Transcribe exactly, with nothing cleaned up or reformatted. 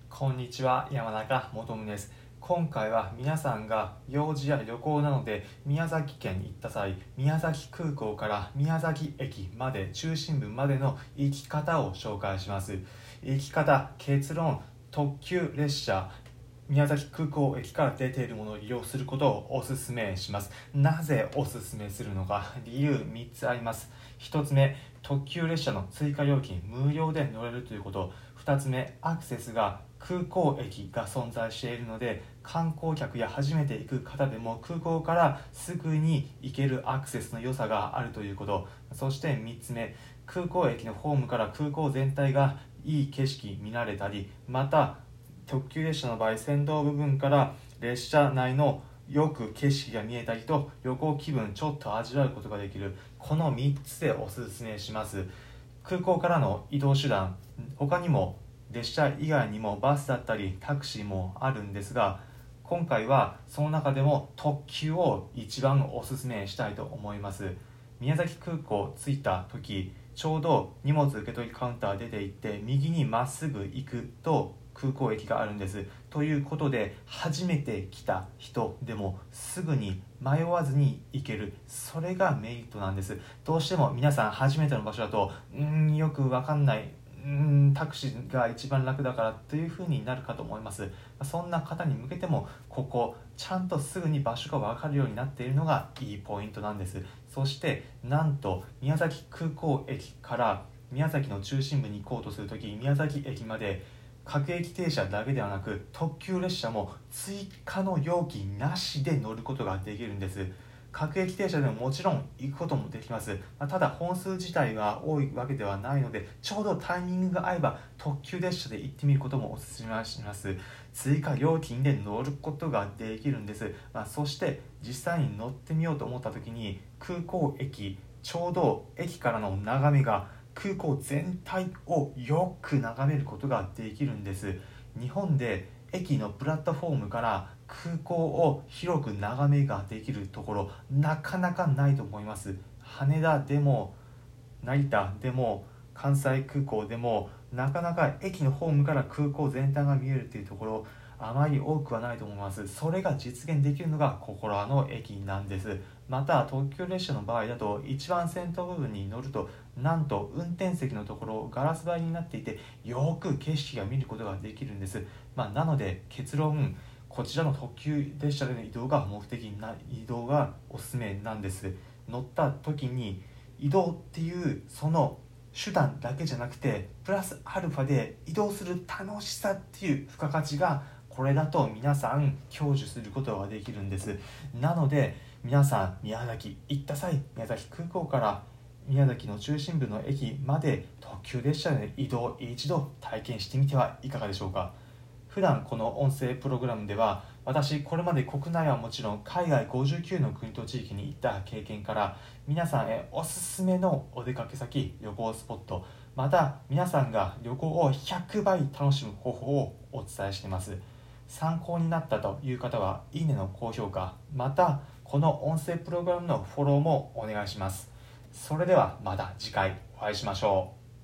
こんにちは、山中もとむです。今回は皆さんが用事や旅行などで宮崎県に行った際、宮崎空港から宮崎駅まで中心部までの行き方を紹介します。行き方、結論、特急列車、宮崎空港駅から出ているものを利用することをお勧めします。なぜお勧めするのか、理由みっつあります。ひとつめ、特急列車の追加料金無料で乗れるということ。ふたつめ、アクセスが空港駅が存在しているので、観光客や初めて行く方でも空港からすぐに行けるアクセスの良さがあるということ。そしてみっつめ、空港駅のホームから空港全体がいい景色見られたり、また特急列車の場合、先導部分から列車内のよく景色が見えたりと旅行気分ちょっと味わうことができる。このみっつでおすすめします。空港からの移動手段、他にも列車以外にもバスだったりタクシーもあるんですが、今回はその中でも特急を一番おすすめしたいと思います。宮崎空港着いた時、ちょうど荷物受け取りカウンター出て行って右にまっすぐ行くと空港駅があるんです。ということで、初めて来た人でもすぐに迷わずに行ける、それがメリットなんです。どうしても皆さん初めての場所だとうーんよくわかんない、うーんタクシーが一番楽だからというふうになるかと思います。そんな方に向けても、ここちゃんとすぐに場所がわかるようになっているのがいいポイントなんです。そしてなんと宮崎空港駅から宮崎の中心部に行こうとするとき、宮崎駅まで各駅停車だけではなく特急列車も追加の料金なしで乗ることができるんです。各駅停車でももちろん行くこともできます。ただ本数自体が多いわけではないので、ちょうどタイミングが合えば特急列車で行ってみることもお勧めします。追加料金で乗ることができるんです。まあ、そして実際に乗ってみようと思った時に、空港駅ちょうど駅からの眺めが空港全体をよく眺めることができるんです。日本で駅のプラットフォームから空港を広く眺めができるところ、なかなかないと思います。羽田でも成田でも関西空港でもなかなか駅のホームから空港全体が見えるというところ、あまり多くはないと思います。それが実現できるのがここらの駅なんです。また特急列車の場合だと、一番先頭部分に乗ると、なんと運転席のところガラス張りになっていて、よく景色が見ることができるんです。まあ、なので結論、こちらの特急列車での移動が目的な移動がおすすめなんです。乗った時に移動っていうその手段だけじゃなくて、プラスアルファで移動する楽しさっていう付加価値がこれだと皆さん享受することができるんです。なので皆さん宮崎行った際、宮崎空港から宮崎の中心部の駅まで特急列車で移動一度体験してみてはいかがでしょうか。普段この音声プログラムでは、私これまで国内はもちろん海外ごじゅうきゅうの国と地域に行った経験から、皆さんへおすすめのお出かけ先、旅行スポット、また皆さんが旅行をひゃくばい楽しむ方法をお伝えしています。参考になったという方はいいねの高評価、またこの音声プログラムのフォローもお願いします。それではまた次回お会いしましょう。